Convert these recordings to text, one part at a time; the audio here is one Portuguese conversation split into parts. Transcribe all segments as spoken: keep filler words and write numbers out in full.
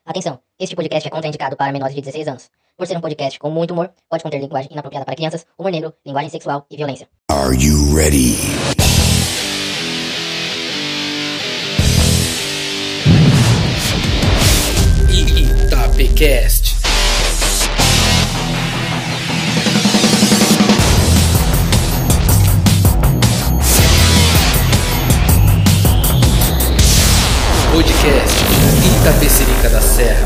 Atenção, este podcast é contraindicado para menores de dezesseis anos. Por ser um podcast com muito humor, pode conter linguagem inapropriada para crianças, humor negro, linguagem sexual e violência. Are you ready? Itapecast. Podcast Itapecerica da Serra.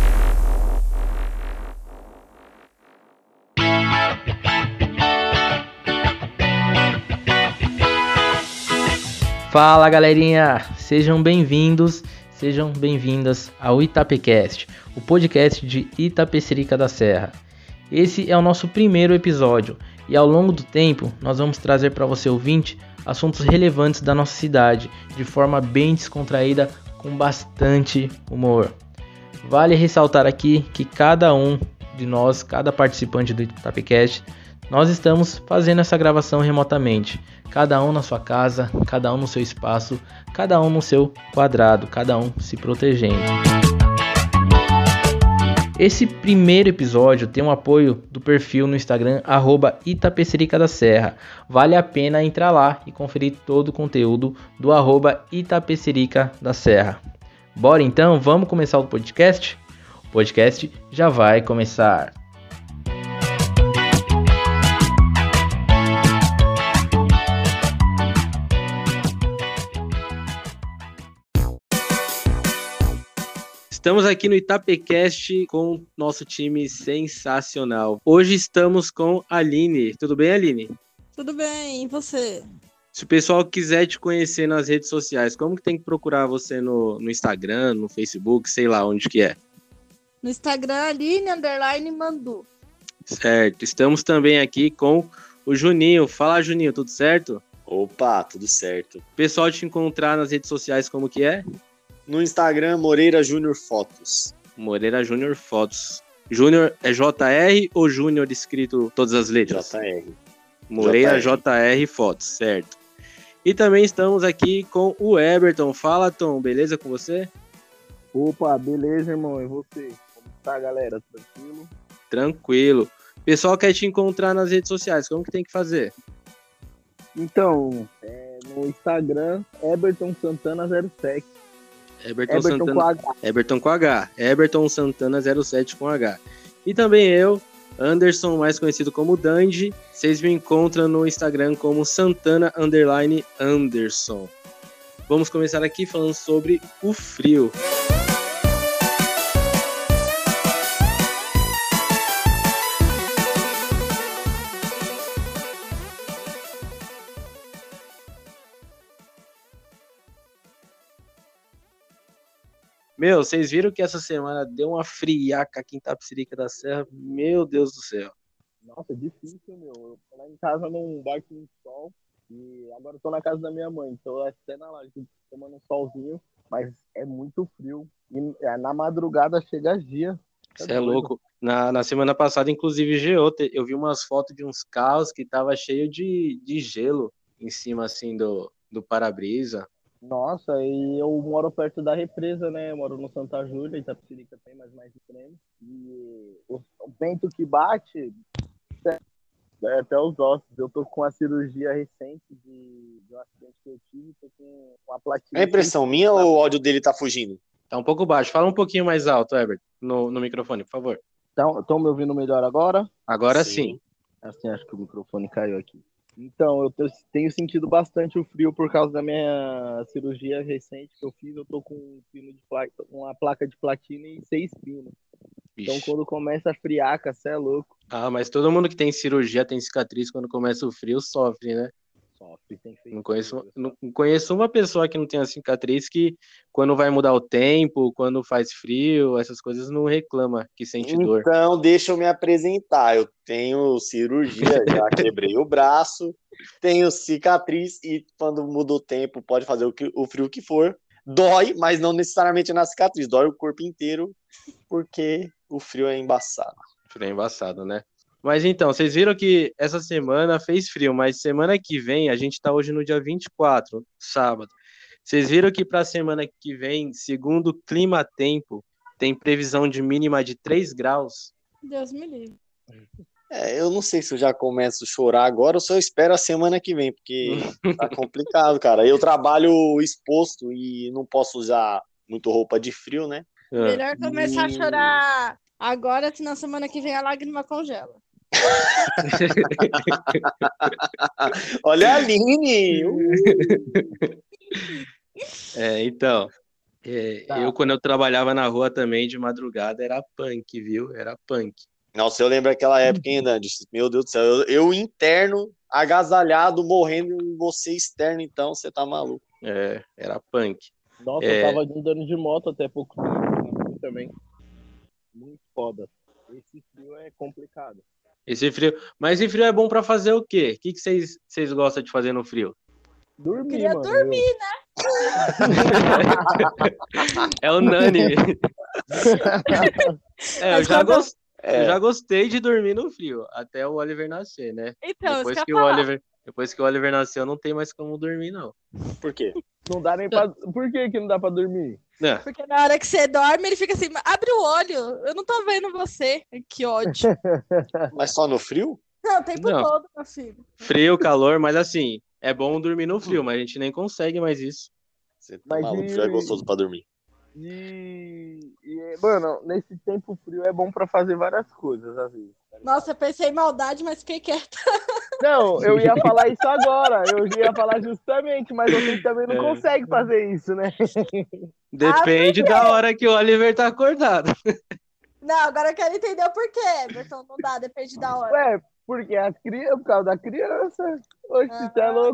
Fala galerinha, sejam bem-vindos, sejam bem-vindas ao Itapecast, o podcast de Itapecerica da Serra. Esse é o nosso primeiro episódio e ao longo do tempo nós vamos trazer para você ouvinte assuntos relevantes da nossa cidade, de forma bem descontraída, com bastante humor. Vale ressaltar aqui que cada um de nós, cada participante do Itapecast, nós estamos fazendo essa gravação remotamente, cada um na sua casa, cada um no seu espaço, cada um no seu quadrado, cada um se protegendo. Esse primeiro episódio tem um apoio do perfil no Instagram, arroba Itapecerica da Serra. Vale a pena entrar lá e conferir todo o conteúdo do arroba Itapecerica da Serra. Bora então, vamos começar o podcast? O podcast já vai começar. Estamos aqui no Itapecast com nosso time sensacional. Hoje estamos com a Aline. Tudo bem, Aline? Tudo bem, e você? Se o pessoal quiser te conhecer nas redes sociais, como que tem que procurar você no, no Instagram, no Facebook, sei lá onde que é? No Instagram, Aline, underline, Mandu. Certo. Estamos também aqui com o Juninho. Fala, Juninho, tudo certo? Opa, tudo certo. O pessoal te encontrar nas redes sociais, como que é? No Instagram, Moreira Júnior Fotos. Moreira Júnior Fotos. Júnior é J R ou Júnior escrito todas as letras? J R. Moreira J R Fotos, certo. E também estamos aqui com o Eberton. Fala, Tom, beleza com você? Opa, beleza, irmão. E você? Como tá, galera? Tranquilo? Tranquilo. O pessoal quer te encontrar nas redes sociais, como que tem que fazer? Então, é, no Instagram, Eberton Santana zero sete. Eberton, Eberton Santana, com H. Eberton com H. Eberton Santana zero sete com H. E também eu, Anderson, mais conhecido como Dandy. Vocês me encontram no Instagram como Santana underline Anderson. Vamos começar aqui falando sobre o frio. Meu, vocês viram que essa semana deu uma friaca aqui em Itapecerica da Serra? Meu Deus do céu. Nossa, difícil, meu. Eu tô lá em casa num bate no sol e agora eu tô na casa da minha mãe. Tô até na laje tomando um solzinho, mas é muito frio. E na madrugada chega a dia. Você é louco. Na, na semana passada, inclusive, geou. Eu vi umas fotos de uns carros que tava cheio de, de gelo em cima, assim, do, do para-brisa. Nossa, e eu moro perto da represa, né? Eu moro no Santa Júlia, Itapecerica tem mais mais extremo. E o, o vento que bate é até os ossos. Eu tô com a cirurgia recente de, de um acidente que eu tive, tô com uma platina. É impressão minha ou o áudio dele tá fugindo? Tá um pouco baixo. Fala um pouquinho mais alto, Herbert, no, no microfone, por favor. Estão me ouvindo melhor agora? Agora sim. sim. Assim, acho que o microfone caiu aqui. Então, eu tenho sentido bastante o frio por causa da minha cirurgia recente que eu fiz. Eu tô com um pino de placa, uma placa de platina e seis pinos. Então, quando começa a friaca, você é louco. Ah, mas todo mundo que tem cirurgia, tem cicatriz, quando começa o frio, sofre, né? Sofre, tem que não conheço, não conheço uma pessoa que não tem a cicatriz que, quando vai mudar o tempo, quando faz frio, essas coisas, não reclama que sente então, dor. Então, deixa eu me apresentar. Eu tenho cirurgia, já quebrei o braço, tenho cicatriz e quando muda o tempo, pode fazer o, que, o frio que for. Dói, mas não necessariamente na cicatriz, dói o corpo inteiro, porque o frio é embaçado. O frio é embaçado, né? Mas então, vocês viram que essa semana fez frio, mas semana que vem, a gente tá hoje no dia vinte e quatro, sábado. Vocês viram que para a semana que vem, segundo o Clima Tempo, tem previsão de mínima de três graus. Deus me livre. É, eu não sei se eu já começo a chorar agora ou se eu espero a semana que vem, porque tá complicado, cara. Eu trabalho exposto e não posso usar muito roupa de frio, né? Melhor começar a E- chorar agora, senão semana que vem a lágrima congela. Olha a Aline! Uh! É, então, é, Tá. eu quando eu trabalhava na rua também de madrugada era punk, viu? Era punk. Nossa, eu lembro aquela época, hein, Nandi? Meu Deus do céu, eu, eu interno, agasalhado, morrendo, e você externo, então, você tá maluco. É, era punk. Nossa, É. eu tava andando de moto até pouco tempo também. Muito foda. Esse frio é complicado. Esse frio. Mas esse frio é bom pra fazer o quê? O que que vocês vocês gostam de fazer no frio? Dormir, Queria mano. dormir, É unânime. É, eu Mas já, quando- gos- É. eu já gostei de dormir no frio, até o Oliver nascer, né? Então, Depois isso que que o eu ia falar. Oliver, depois que o Oliver nasceu, não tem mais como dormir, não. Por quê? Não dá nem pra... Por que que não dá pra dormir? É, Porque na hora que você dorme, ele fica assim, abre o olho, eu não tô vendo você. Que ódio. Mas só no frio? Não, o tempo Não. todo, meu filho. frio, calor, mas assim, é bom dormir no frio, mas a gente nem consegue mais isso. Você tá Mas maluco, e- frio é gostoso pra dormir. E... e, mano, nesse tempo frio é bom pra fazer várias coisas, às vezes. Nossa, eu pensei em maldade, mas fiquei quieta. Não, eu ia falar isso agora. Eu ia falar justamente, mas você também não É. consegue fazer isso, né? Depende da hora que o Oliver tá acordado. Não, agora eu quero entender o porquê, Everton. Não dá, depende da hora. Ué, porque as crianças, por causa da criança. Oxe, você é louco.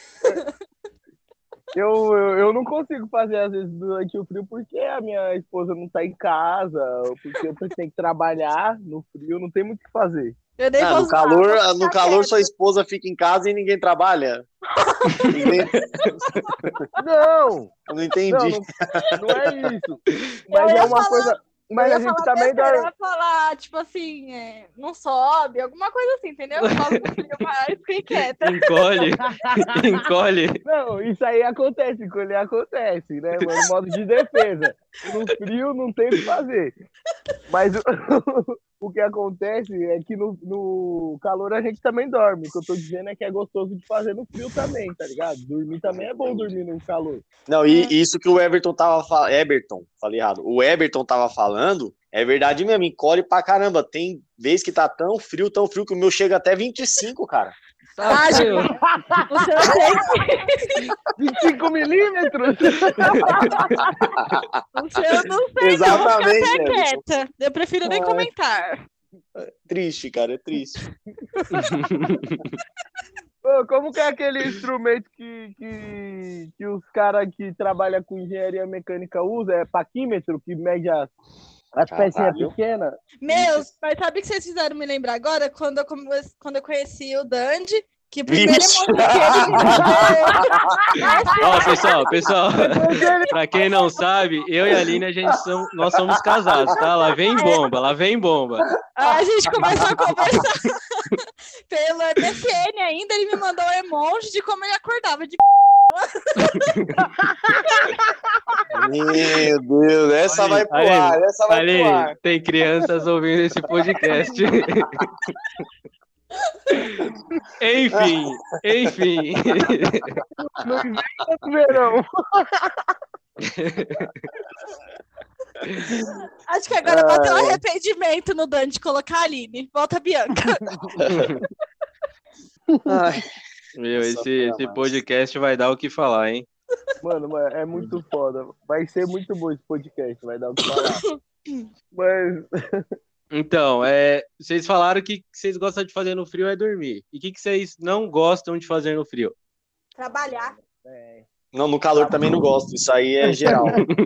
Eu, eu, eu não consigo fazer, às vezes, durante o frio, porque a minha esposa não tá em casa, ou porque eu tenho que trabalhar no frio, não tem muito o que fazer. Eu nem Ah, vou no zoar, calor, vou no ficar calor quieta. sua esposa fica em casa e ninguém trabalha? Ninguém- Não! Eu não Não, entendi. não, não é isso. Mas ia é uma falar- coisa. Mas eu a ia gente falar também besteira, eu dorme. ia falar, tipo assim, é, não sobe, alguma coisa assim, entendeu? Por causa do frio, mas fiquei quieta. Encolhe, encolhe. Não, isso aí acontece, quando acontece, né, mano? Modo de defesa. No frio não tem o que fazer. Mas o, o que acontece é que no, no calor a gente também dorme. O que eu tô dizendo é que é gostoso de fazer no frio também, tá ligado? Dormir também é bom dormir no calor. Não, e isso que o Everton tava falando. Everton, falei errado. O Everton tava falando, é verdade mesmo, encolhe pra caramba. Tem vez que tá tão frio, tão frio que o meu chega até vinte e cinco, cara. Ah, Tá, gente. meu. O seu tem, vinte e cinco milímetros? o seu eu não sei, Exatamente, não, vou ficar até Everton. quieta. Eu prefiro nem Ah. comentar. Triste, cara, é triste. Ô, como que é aquele instrumento que, que, que os caras que trabalham com engenharia mecânica usam? É paquímetro, que mede as, as Caralho. pecinhas pequenas? Meus, mas sabe o que vocês fizeram me lembrar agora? Quando eu, come- quando eu conheci o Dandy, que o primeiro Vixe. emoji que ele me mandou. Ó, pessoal, pessoal, pra quem não sabe, eu e a Aline, a gente são, nós somos casados, tá? Lá vem bomba, lá vem bomba. Aí a gente começou a conversar pelo M S N ainda, ele me mandou um emoji de como ele acordava de Meu Deus, essa Aline, vai pro Aline, ar, essa vai pro ar. Aline, tem crianças ouvindo esse podcast. Enfim, enfim. No inverno ou no verão? Acho que agora bateu um arrependimento no Dante de colocar a Aline. Volta a Bianca. Ai, Meu, Nossa, esse, pelo esse amor. podcast vai dar o que falar, hein? Mano, mas é muito foda. Vai ser muito bom esse podcast, vai dar o que falar. Mas, Então, é, vocês falaram que o que vocês gostam de fazer no frio é dormir. E o que que vocês não gostam de fazer no frio? Trabalhar. é, não, no calor também não gosto, isso aí é geral.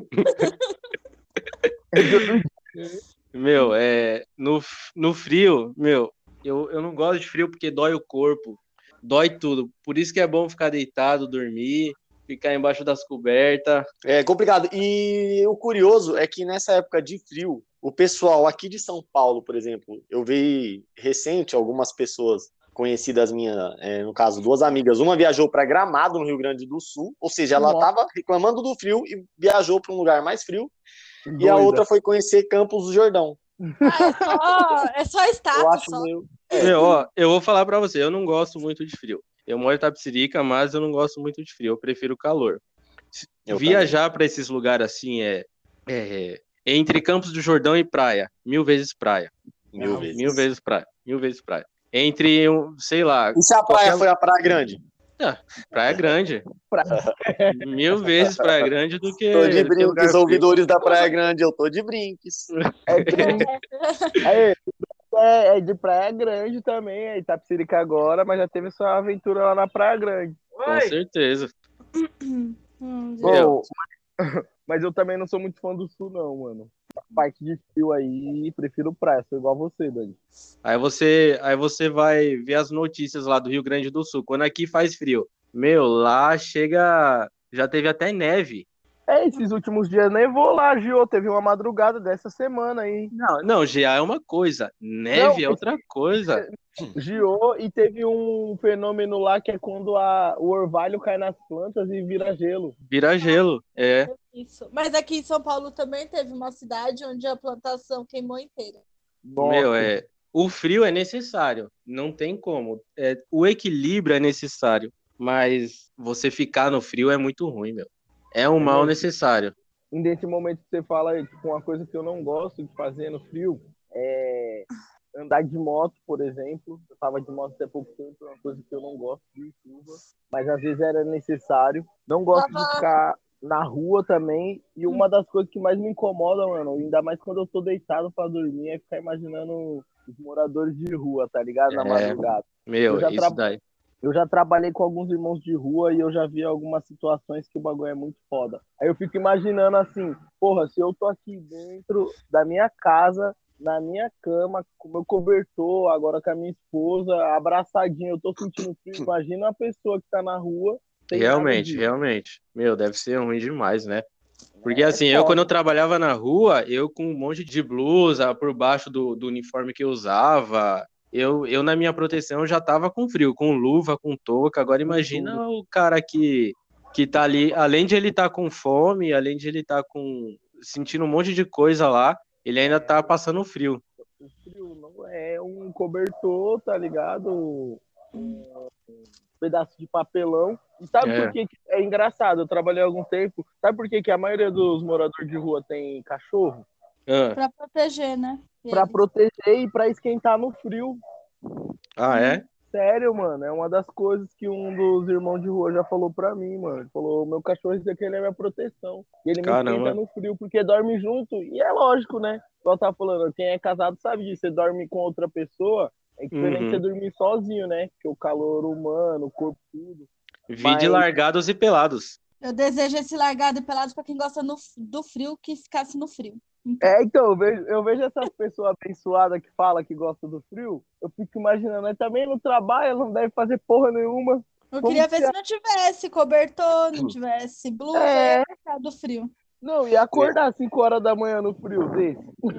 Meu, é, no, f- no frio, meu, eu, eu não gosto de frio porque dói o corpo, dói tudo. Por isso que é bom ficar deitado, dormir, ficar embaixo das cobertas. É complicado. E o curioso é que nessa época de frio, o pessoal aqui de São Paulo, por exemplo, eu vi recente algumas pessoas conhecidas minhas, é, no caso, duas amigas. Uma viajou para Gramado, no Rio Grande do Sul, ou seja, ela Nossa. estava reclamando do frio e viajou para um lugar mais frio. E a outra foi conhecer Campos do Jordão. Ah, é só, é só Eu status, acho só. meio... Meu, ó, eu vou falar pra você, eu não gosto muito de frio. Eu moro em Itapecerica, mas eu não gosto muito de frio, eu prefiro calor. Eu Viajar pra esses lugares assim é, é entre Campos do Jordão e praia, mil vezes praia. Mil vezes. Mil vezes praia, mil vezes praia. Entre, um, sei lá, E se a praia qualquer- foi a Praia Grande? praia grande. Praia. Mil vezes praia grande do que. Tô de do que lugar brinques, frio. ouvidores da Praia Grande, eu tô de brinques. É, brin- Aí, é, é de Praia Grande também, é Itapecerica agora, mas já teve sua aventura lá na Praia Grande. Com certeza. Hum, Meu. Bom, mas eu também não sou muito fã do sul, não, mano. A parte de frio aí, prefiro praia, sou igual você, Dani. Aí você, aí você vai ver as notícias lá do Rio Grande do Sul. Quando aqui faz frio, meu, lá chega. Já teve até neve. É, esses últimos dias nevou lá, Gio, teve uma madrugada dessa semana aí. Não, não, já é uma coisa. Neve Não, é outra coisa. Giou e teve um fenômeno lá que é quando a, o orvalho cai nas plantas e vira gelo. Vira gelo. É. Isso. Mas aqui em São Paulo também teve uma cidade onde a plantação queimou inteira. Nossa. Meu, é. O frio é necessário. Não tem como. É, o equilíbrio é necessário. Mas você ficar no frio é muito ruim, meu. É um mal necessário. E nesse momento que você fala, tipo, uma coisa que eu não gosto de fazer no frio é andar de moto, por exemplo. Eu tava de moto até pouco tempo, é uma coisa que eu não gosto de chuva, mas às vezes era necessário. Não gosto de ficar na rua também. E uma das coisas que mais me incomoda, mano, ainda mais quando eu tô deitado pra dormir, é ficar imaginando os moradores de rua, tá ligado? Na É. madrugada. Meu, Eu já isso tra- daí. Eu já trabalhei com alguns irmãos de rua e eu já vi algumas situações que o bagulho é muito foda. Aí eu fico imaginando assim, porra, se eu tô aqui dentro da minha casa, na minha cama, com meu cobertor, agora com a minha esposa, abraçadinha, eu tô sentindo frio. Imagina uma pessoa que tá na rua. sem nada Realmente, disso. realmente. Meu, deve ser ruim demais, né? Porque É assim, eu foda. quando eu trabalhava na rua, eu com um monte de blusa por baixo do, do uniforme que eu usava, eu, eu na minha proteção já tava com frio, com luva, com touca. Agora imagina o cara que, que tá ali, além de ele estar com fome, além de ele estar com sentindo um monte de coisa lá, ele ainda tá passando frio. O frio não é um cobertor, tá ligado? Um pedaço de papelão. E sabe É. por que que é engraçado? Eu trabalhei há algum tempo. Sabe por que que a maioria dos moradores de rua tem cachorro? Ah, Pra proteger, né? Pra Eles. proteger e pra esquentar no frio. ah, é? Sério, mano, é uma das coisas que um dos irmãos de rua já falou pra mim, mano. Ele falou, meu cachorro, esse aqui ele é minha proteção. E ele me Caramba. esquenta no frio, porque dorme junto. E é lógico, né? Igual eu tava falando, quem é casado sabe disso. Você dorme com outra pessoa, é diferente Uhum. de você dormir sozinho, né? Porque o calor humano, o corpo, tudo. Vide Mas- largados e pelados. Eu desejo esse largado e pelado pra quem gosta no- do frio, que ficasse no frio. É, então, eu vejo, eu vejo essas pessoas abençoadas que falam que gostam do frio, eu fico imaginando, mas também no trabalho não deve fazer porra nenhuma. Eu Como queria que ver se não tivesse cobertor, não tivesse blusa, É. ia ficar do frio. Não, e acordar às cinco horas da manhã no frio desse.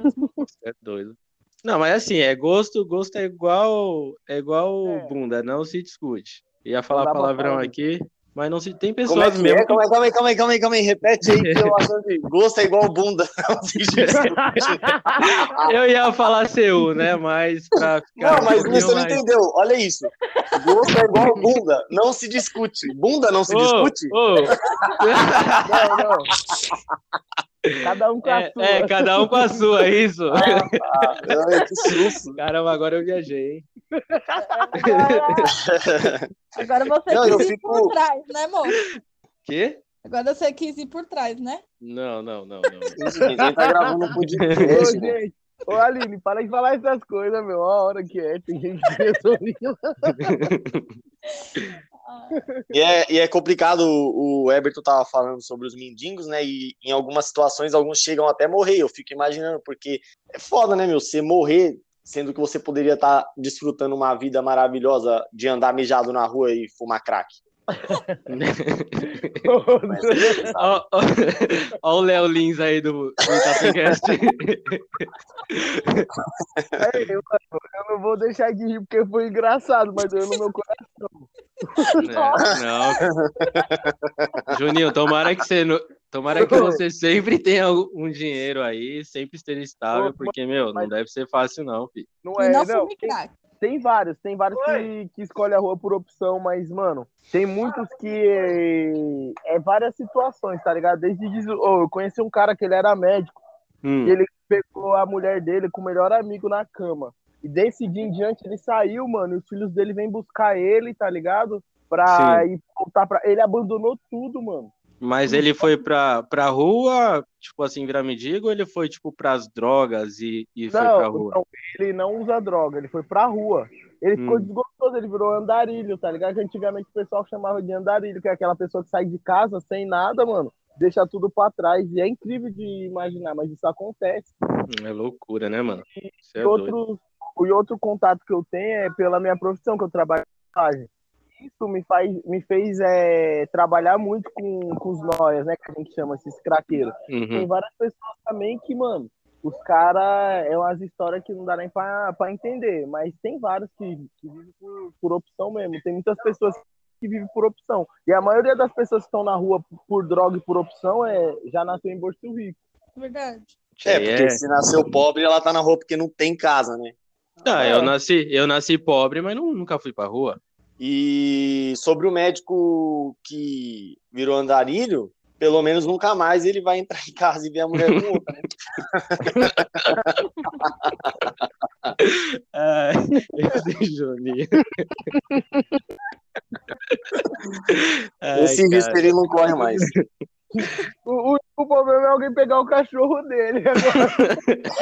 É doido. Não, mas assim, é gosto, gosto é igual, é igual É. bunda, não se discute. Ia falar dá pra palavrão falar. aqui, mas não se tem Como é pessoas que mesmo é? Calma aí, calma aí, calma aí, calma aí, calma aí. Repete aí que eu acho que gosto é igual bunda. Não se discute. que... Eu ia falar C U, né, mas pra ficar Não, mas um pouquinho você não mais- entendeu. Olha isso. Gosto é igual bunda. Não se discute. Bunda não se Ô, discute? ô, Não, não. Cada um com a é, sua. é, cada um com a sua, é isso. Ah, ai, que susto. Caramba, agora eu viajei, hein? Agora você Não, quis eu ir fico- por trás, né, amor? Quê? Agora você quis ir por trás, né? Não, não, não, não. Ninguém tá gravando um Ô, podcast, né? gente. Ô, Aline, para de falar essas coisas, meu. Olha a hora que é. Tem gente que resolveu. E é, e é complicado, o o Everton tava falando sobre os mendigos, né? E em algumas situações, alguns chegam até morrer. Eu fico imaginando, porque é foda, né, meu? Você morrer, sendo que você poderia estar desfrutando uma vida maravilhosa de andar mijado na rua e fumar crack. Ó, ó, ó o Léo Lins aí do, do Itapecast. Aí, eu, eu não vou deixar de rir porque foi engraçado, mas doeu no meu coração. Não, não. Juninho, tomara que você não, Tomara que você sempre tenha um dinheiro aí, sempre esteja estável, porque, meu, não deve ser fácil não, filho. Não E é, não não. fume Tem, crack. tem vários, tem vários que, que escolhem a rua por opção, mas, mano, tem muitos que é várias situações, tá ligado? Desde diz- oh, eu conheci um cara que ele era médico Hum. e ele pegou a mulher dele com o melhor amigo na cama. E desse dia em diante ele saiu, mano, e os filhos dele vêm buscar ele, tá ligado? Pra Sim. ir voltar pra. Ele abandonou tudo, mano. Mas ele foi pra, pra rua, tipo assim, virar mendigo, ou ele foi, tipo, pras drogas e, e foi pra Não, rua? não, ele não usa droga, ele foi pra rua. Ele ficou Hum. desgostoso, ele virou andarilho, tá ligado? Que antigamente o pessoal chamava de andarilho, que é aquela pessoa que sai de casa sem nada, mano, deixa tudo pra trás. E é incrível de imaginar, mas isso acontece. É loucura, né, mano? Você é E doido. outro, e outro contato que eu tenho é pela minha profissão, que eu trabalho em montagem. Isso me, faz, me fez é, trabalhar muito com, com os noias, né? Que a gente chama esses craqueiros. Tem Uhum. várias pessoas também que, mano, os caras é umas histórias que não dá nem pra, pra entender. Mas tem vários que, que vivem por, por opção mesmo. Tem muitas pessoas que vivem por opção. E a maioria das pessoas que estão na rua por droga e por opção é, já nasceu em berço rico. Verdade. É, Aí porque se nasceu pobre, ela tá na rua porque não tem casa, né? Ah, É. eu nasci, eu nasci pobre, mas não, nunca fui pra rua. E sobre o médico que virou andarilho, pelo menos nunca mais ele vai entrar em casa e ver a mulher com outra, né? Ai, esse Juninho. Ai, Esse risco cara. ele não corre mais. O, o, o problema é alguém pegar o cachorro dele agora.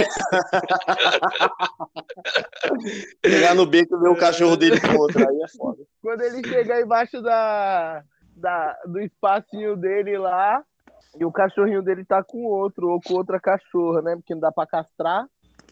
Chegar no beco e ver o cachorro dele com outra, aí é foda. Quando ele chegar embaixo da, da, do espacinho dele lá, e o cachorrinho dele tá com outro, ou com outra cachorra, né? Porque não dá pra castrar,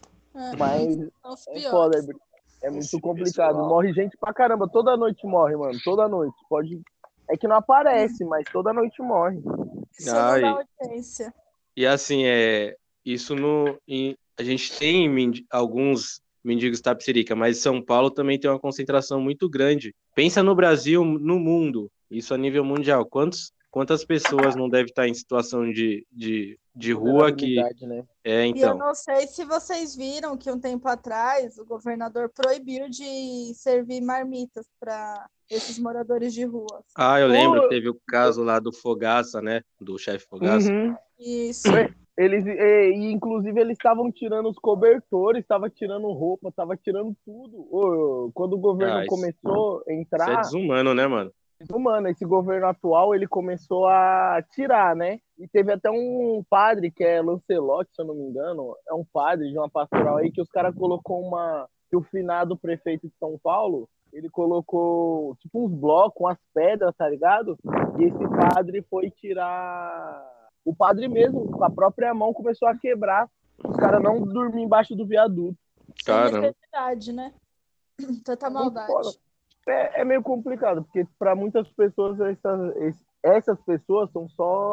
É, mas são os é piores. foda, é, é muito Esse complicado. pessoal. Morre gente pra caramba, toda noite morre, mano, toda noite. Pode... É que não aparece, mas toda noite morre. Isso não Ai. dá audiência. E assim, é, isso no, em- a gente tem mendi- alguns mendigos tapsirica, mas São Paulo também tem uma concentração muito grande. Pensa no Brasil, no mundo, isso a nível mundial. Quantos, quantas pessoas não devem estar em situação de, de, de rua que... Vulnerabilidade, né? É, E eu então. não sei se vocês viram que um tempo atrás o governador proibiu de servir marmitas para esses moradores de rua. Ah, eu lembro, Pô. teve o caso lá do Fogaça, né? Do chefe Fogaça. Uhum. Isso. Eles, e, e, inclusive, eles estavam tirando os cobertores, estavam tirando roupa, estavam tirando tudo. Ô, quando o governo Ah, isso- começou a Isso é entrar, desumano, né, mano? mano, esse governo atual, ele começou a tirar, né? E teve até um padre, que é Lancelotti, se eu não me engano, é um padre de uma pastoral aí, que os caras colocou uma... Que o finado prefeito de São Paulo, ele colocou, tipo, uns blocos, umas pedras, tá ligado? E esse padre foi tirar... O padre mesmo, com a própria mão, começou a quebrar. Os caras não dormiam embaixo do viaduto. Sem Caramba. necessidade, né? Tanta Muito maldade. foda. É, é meio complicado, porque para muitas pessoas, essas, es- essas pessoas são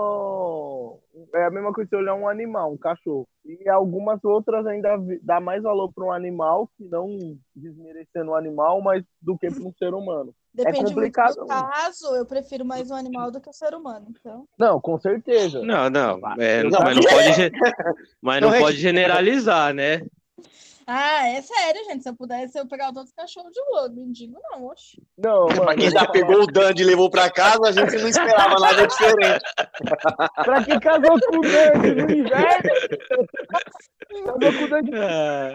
só... É a mesma coisa que você olhar um animal, um cachorro. E algumas outras ainda vi- dá mais valor para um animal, que não desmerecendo o animal, mas do que para um ser humano. Depende muito complicado, do mano. caso, eu prefiro mais um animal do que o ser humano. Então, Não, com certeza. Não, não, é, Eu mas não pode, ge- mas não Não é pode que- generalizar, né? ah, é sério, gente. Se eu pudesse, eu pegava todos os cachorros de rua. Mendigo, não, oxe. Não, mano. Pra quem eu já vou pegou o Dandy e levou pra casa, a gente não esperava nada diferente. falar, pra quem casou com o Dante no inverno, casou com o Dante. Ah.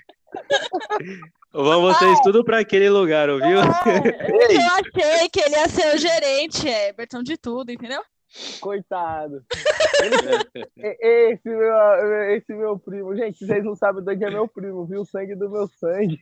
Vão vocês tudo pra aquele lugar, ouviu? Ei, Eu achei que ele ia ser o gerente, é, Bertão de tudo, entendeu? Coitado. E- Esse meu, esse meu primo. Gente, vocês não sabem, o Dante é meu primo, viu? O sangue do meu sangue.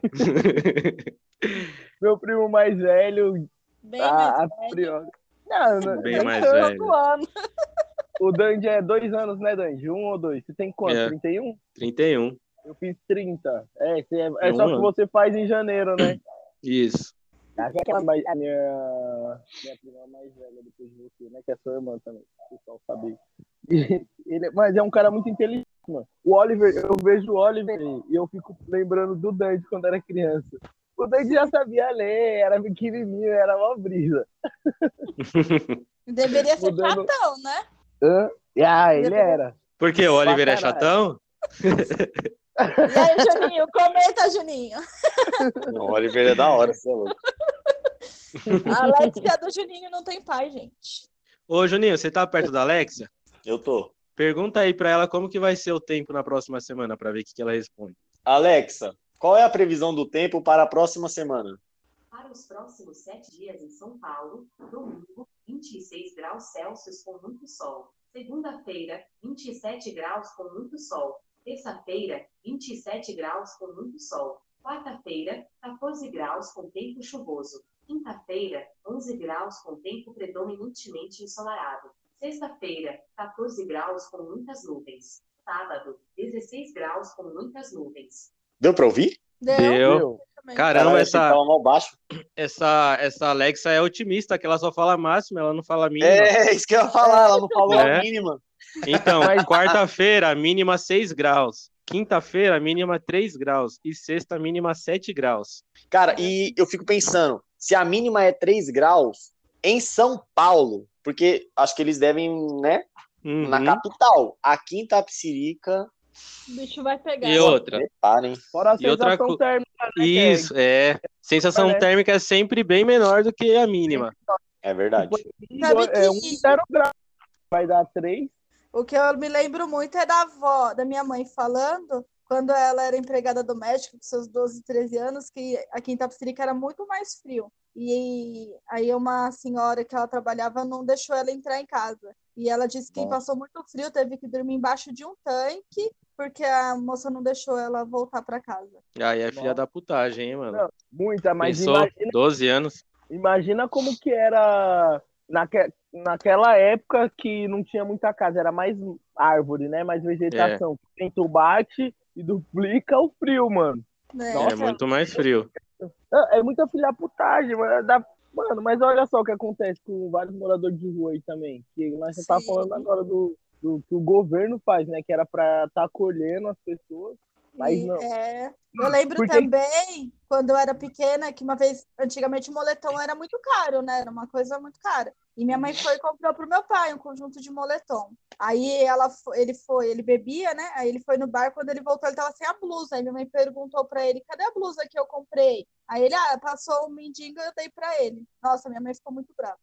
Meu primo mais velho. Bem a, mais a velho. priori. Não, não, Bem não, mais não, velho. Todo ano. O Dandy é dois anos, né, Dandy? Um ou dois? Você tem quanto? É. trinta e um? trinta e um. Eu fiz trinta. É, você é, é É um só que ano. você faz em janeiro, né? Isso. Aquela mais, a minha, minha prima mais velha depois de você, né? Que é sua irmã também, o pessoal sabe. E ele, mas é um cara muito inteligente, mano. O Oliver, eu vejo o Oliver e eu fico lembrando do Dandy quando era criança. O Dandy já sabia ler, era pequenininho, era uma brisa. Deveria ser Mudando- chatão, né? Hã? Ah, ele era. Por quê? O Oliver é Pra caralho. chatão? E aí, Juninho, comenta, Juninho. Não, o Oliver é da hora, você é louco. A Alexia do Juninho não tem pai, gente. Ô, Juninho, você tá perto da Alexia? Eu tô. Pergunta aí pra ela como que vai ser o tempo na próxima semana, pra ver o que, que ela responde. Alexa, qual é a previsão do tempo para a próxima semana? Para os próximos sete dias em São Paulo, domingo, vinte e seis graus Celsius com muito sol. Segunda-feira, vinte e sete graus com muito sol. Terça-feira, vinte e sete graus com muito sol. Quarta-feira, quatorze graus com tempo chuvoso. Quinta-feira, onze graus com tempo predominantemente ensolarado. Sexta-feira, quatorze graus com muitas nuvens. Sábado, dezesseis graus com muitas nuvens. Deu pra ouvir? Deu? Deu. Meu, Também. Caramba, Caralho, essa, tava mal baixo. essa, essa Alexa é otimista, que ela só fala máxima, ela não fala mínima. É, isso que eu ia falar, ela não falou É. a mínima. Então, quarta-feira, mínima seis graus. Quinta-feira, mínima três graus. E sexta, mínima sete graus. Cara, e eu fico pensando, se a mínima é três graus, em São Paulo, porque acho que eles devem, né, Uhum. na capital. Aqui em Itapecerica, O bicho vai pegar. E outra? reparem. fora a E outra sensação co- térmica, né, que é Isso, é. Sensação Parece. térmica é sempre bem menor do que a mínima. É verdade. Sabe é um que- zero grau. Vai dar três. O que eu me lembro muito é da avó, da minha mãe falando, quando ela era empregada doméstica, com seus doze, treze anos, que aqui em Itapecerica era muito mais frio. E aí uma senhora que ela trabalhava não deixou ela entrar em casa. E ela disse que quem Nossa. passou muito frio teve que dormir embaixo de um tanque, porque a moça não deixou ela voltar para casa. Aí é filha Nossa. da putagem, hein, mano? Não, muita, mas Pensou, imagina, doze anos. imagina como que era naque, naquela época que não tinha muita casa, era mais árvore, né? Mais vegetação. O vento bate e duplica o frio, mano. Né? É Nossa. muito mais frio. É, é muita filha putagem, mano. Dá- Mano, mas olha só o que acontece com vários moradores de rua aí também. Que nós já tá Sim. falando agora do, do que o governo faz, né? Que era pra estar acolhendo as pessoas, mas E, não. é, eu lembro Porque- também, quando eu era pequena, que uma vez, antigamente o moletom era muito caro, né? Era uma coisa muito cara. E minha mãe foi e comprou pro meu pai um conjunto de moletom. Aí ela, fo- ele foi, ele bebia, né? Aí ele foi no bar, quando ele voltou, ele tava sem a blusa. Aí minha mãe perguntou pra ele, cadê a blusa que eu comprei? Aí ele, ah, passou um mendigo, eu dei pra ele. Nossa, minha mãe ficou muito brava.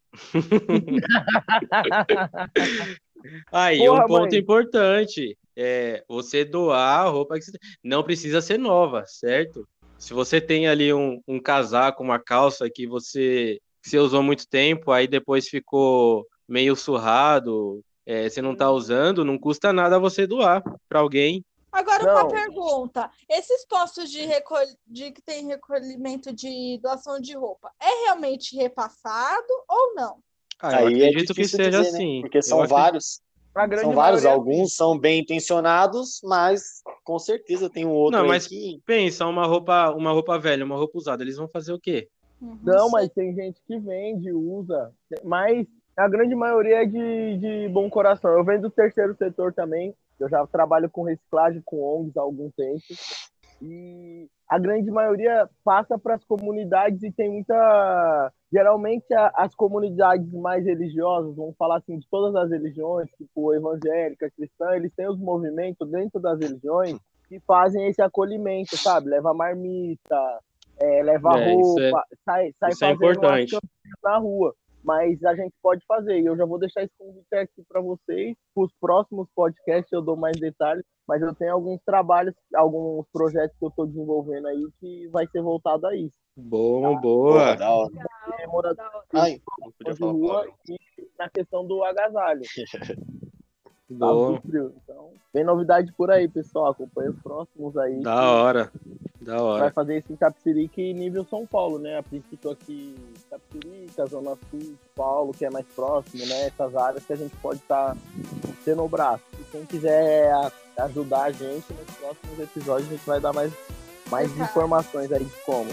Aí, Porra, um ponto mãe. importante é você doar a roupa que você... não precisa ser nova, certo? Se você tem ali um, um casaco, uma calça que você, que você usou muito tempo, aí depois ficou meio surrado, é, você não tá usando, não custa nada você doar para alguém. Agora, uma Não. pergunta. Esses postos de, recol... de que tem recolhimento de doação de roupa, é realmente repassado ou não? Ah, eu Aí é acredito que difícil seja dizer, né? assim. Porque Eu são acredito- vários. A grande São vários, maioria- alguns são bem intencionados, mas com certeza tem um outro Não, aí mas- que... Pensa, uma roupa, uma roupa velha, uma roupa usada, eles vão fazer o quê? Uhum, Não, sei. mas tem gente que vende, usa, mas a grande maioria é de, de bom coração. Eu venho do terceiro setor também, eu já trabalho com reciclagem, com O N Gs há algum tempo, e a grande maioria passa para as comunidades e tem muita... Geralmente a- as comunidades mais religiosas, vamos falar assim, de todas as religiões, tipo evangélica, cristã, eles têm os movimentos dentro das religiões que fazem esse acolhimento, sabe? Leva marmita, é, leva É, isso é- roupa, sai, sai isso é fazendo importante. umas campanhas na rua. Mas a gente pode fazer, e eu já vou deixar esse convite aqui para vocês. Para os próximos podcasts eu dou mais detalhes, mas eu tenho alguns trabalhos, alguns projetos que eu estou desenvolvendo aí que vai ser voltado a isso. Bom, Porra, boa. da hora. É morador Da hora. Ai, não podia de falar rua palavrão. e na questão do agasalho, Boa. do frio. Então, tem novidade por aí, pessoal. Acompanha os próximos aí. Da que hora. Da Vai hora. fazer esse em Itapecerica e nível São Paulo, né? A princípio aqui Itapecerica, Zona Sul, São Paulo, que é mais próximo, né? Essas áreas que a gente pode estar tendo o braço. E quem quiser a- ajudar a gente nos próximos episódios, a gente vai dar mais, mais Tá. informações aí de como.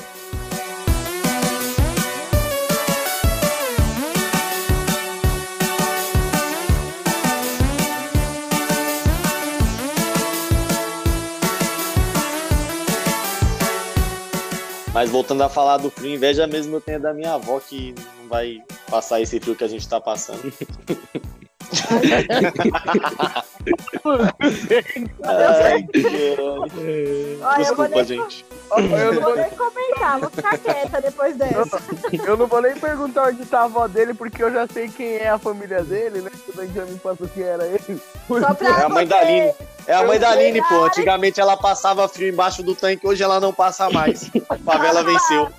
Mas voltando a falar do frio, inveja mesmo eu tenho da minha avó, que não vai passar esse frio que a gente tá passando. Ai, que Olha, eu vou Desculpa, nem, gente. Eu não vou vou, nem comentar, vou ficar quieta depois dessa. eu não vou nem perguntar onde tá a avó dele, porque eu já sei quem é a família dele, né? Que o Benjamin passou que era ele. Só pra É a mãe você- da Aline. É a mãe da Aline, pô. Cara. Antigamente ela passava frio embaixo do tanque, hoje ela não passa mais. A favela venceu.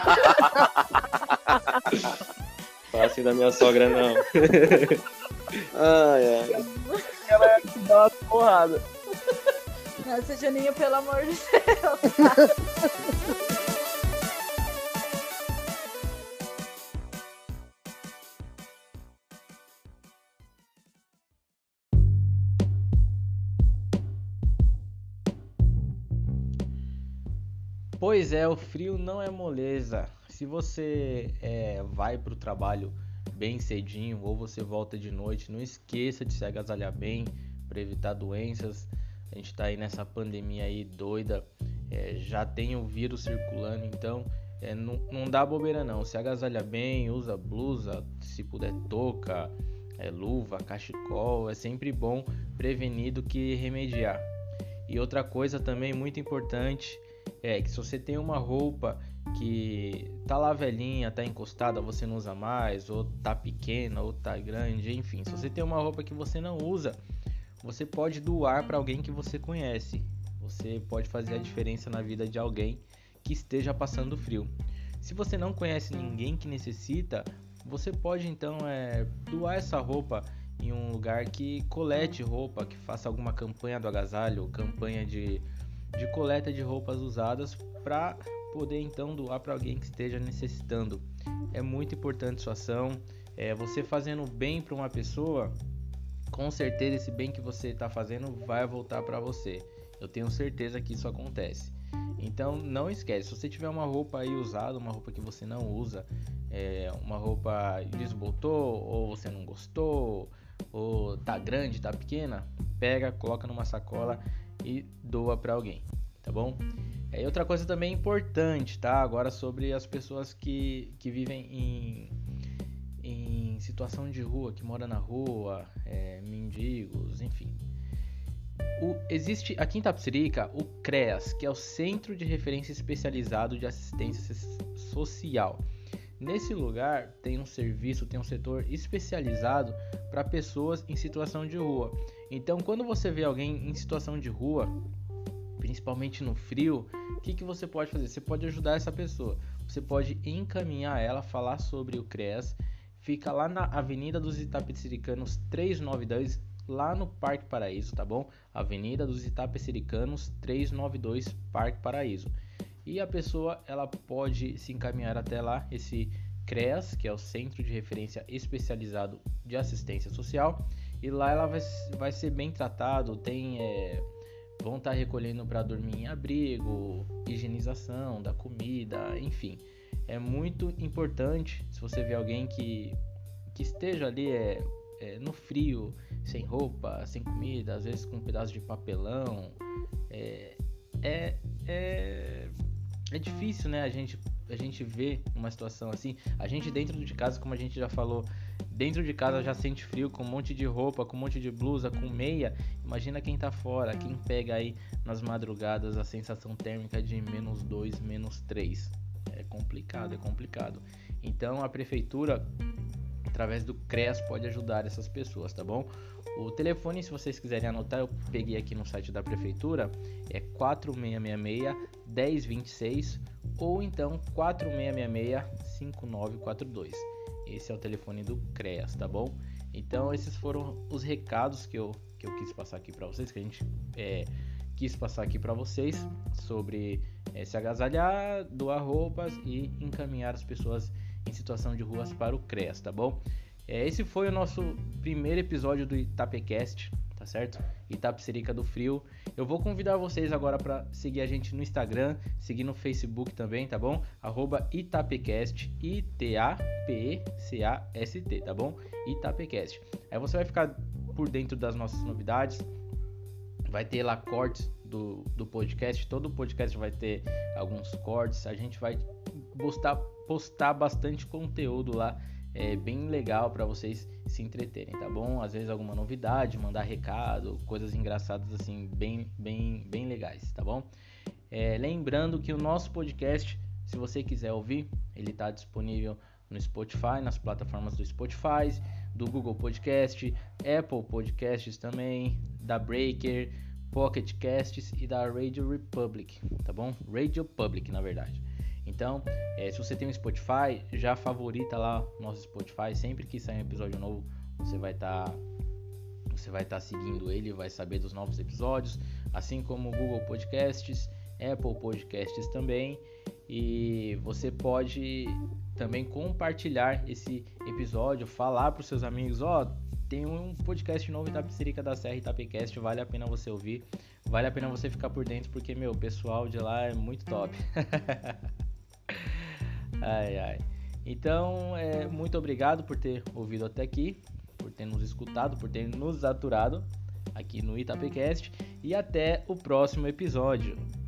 Fala assim da minha sogra, não. Ai, ai. Ela é que dá uma porrada. Nossa, Juninho, pelo amor de Deus. Pois é, o frio não é moleza. Se você é, vai pro trabalho bem cedinho ou você volta de noite, não esqueça de se agasalhar bem para evitar doenças. A gente tá aí nessa pandemia aí doida, é, já tem o vírus circulando, então é, não, não dá bobeira não. Se agasalha bem, usa blusa, se puder touca, é, luva, cachecol, é sempre bom prevenir do que remediar. E outra coisa também muito importante é que se você tem uma roupa que tá lá velhinha, tá encostada, você não usa mais, ou tá pequena, ou tá grande, enfim, se você tem uma roupa que você não usa, você pode doar para alguém que você conhece. Você pode fazer a diferença na vida de alguém que esteja passando frio. Se você não conhece ninguém que necessita, você pode então é, doar essa roupa em um lugar que colete roupa, que faça alguma campanha do agasalho, campanha de de coleta de roupas usadas para poder então doar para alguém que esteja necessitando. É muito importante sua ação. É, você fazendo bem para uma pessoa, com certeza esse bem que você está fazendo vai voltar para você. Eu tenho certeza que isso acontece. Então não esquece, se você tiver uma roupa aí usada, uma roupa que você não usa, é, uma roupa desbotou ou você não gostou, ou tá grande, tá pequena, pega, coloca numa sacola e doa para alguém, tá bom? É, e outra coisa também importante, tá? Agora sobre as pessoas que, que vivem em, em situação de rua, que moram na rua, é, mendigos, enfim. O, existe aqui em Itapecerica o CREAS, que é o Centro de Referência Especializado de Assistência Social. Nesse lugar tem um serviço, tem um setor especializado para pessoas em situação de rua. Então, quando você vê alguém em situação de rua, principalmente no frio, o que, que você pode fazer? Você pode ajudar essa pessoa. Você pode encaminhar ela, falar sobre o CREAS. Fica lá na Avenida dos Itapecericanos trezentos e noventa e dois, lá no Parque Paraíso, tá bom? Avenida dos Itapecericanos trezentos e noventa e dois, Parque Paraíso. E a pessoa ela pode se encaminhar até lá, esse CREAS, que é o Centro de Referência Especializado de Assistência Social, e lá ela vai, vai ser bem tratado, tem, é, vão estar recolhendo para dormir em abrigo, higienização da comida, enfim. É muito importante, se você vê alguém que, que esteja ali é, é, no frio, sem roupa, sem comida, às vezes com um pedaço de papelão, é, é, é, é difícil, né, a gente, a gente vê uma situação assim. A gente dentro de casa, como a gente já falou, dentro de casa já sente frio com um monte de roupa, com um monte de blusa, com meia. Imagina quem tá fora, quem pega aí nas madrugadas a sensação térmica de menos dois, menos três. É complicado, é complicado. Então a prefeitura, através do CREAS, pode ajudar essas pessoas, tá bom? O telefone, se vocês quiserem anotar, eu peguei aqui no site da prefeitura, é quatro seis seis seis, um zero dois seis ou então quatro seis seis seis, cinco nove quatro dois. Esse é o telefone do CREAS, tá bom? Então esses foram os recados que eu, que eu quis passar aqui para vocês, que a gente é, quis passar aqui para vocês sobre é, se agasalhar, doar roupas e encaminhar as pessoas em situação de ruas para o CREAS, tá bom? É, esse foi o nosso primeiro episódio do Itapecast, tá certo? Itapecerica do Frio. Eu vou convidar vocês agora para seguir a gente no Instagram, seguir no Facebook também, tá bom? Arroba Itapecast, I T A P E C A S T, tá bom? Itapecast. Aí você vai ficar por dentro das nossas novidades, vai ter lá cortes do, do podcast, todo o podcast vai ter alguns cortes, a gente vai postar, postar bastante conteúdo lá é bem legal para vocês se entreterem, tá bom? Às vezes alguma novidade, mandar recado, coisas engraçadas assim, bem, bem, bem legais, tá bom? É, lembrando que o nosso podcast, se você quiser ouvir, ele está disponível no Spotify, nas plataformas do Spotify, do Google Podcast, Apple Podcasts também, da Breaker, Pocket Casts e da Radio Republic, tá bom? Radio Public, na verdade. Então, é, se você tem um Spotify, já favorita lá o nosso Spotify. Sempre que sair um episódio novo, você vai estar tá, você vai estar tá seguindo ele, vai saber dos novos episódios, assim como o Google Podcasts, Apple Podcasts também. E você pode também compartilhar esse episódio, falar para os seus amigos, ó, oh, tem um podcast novo Itapecerica da Serra, Itapecast, vale a pena você ouvir, vale a pena você ficar por dentro, porque, meu, o pessoal de lá é muito top. Ai, ai. Então, é, muito obrigado por ter ouvido até aqui, por ter nos escutado, por ter nos aturado aqui no Itapecast, e até o próximo episódio.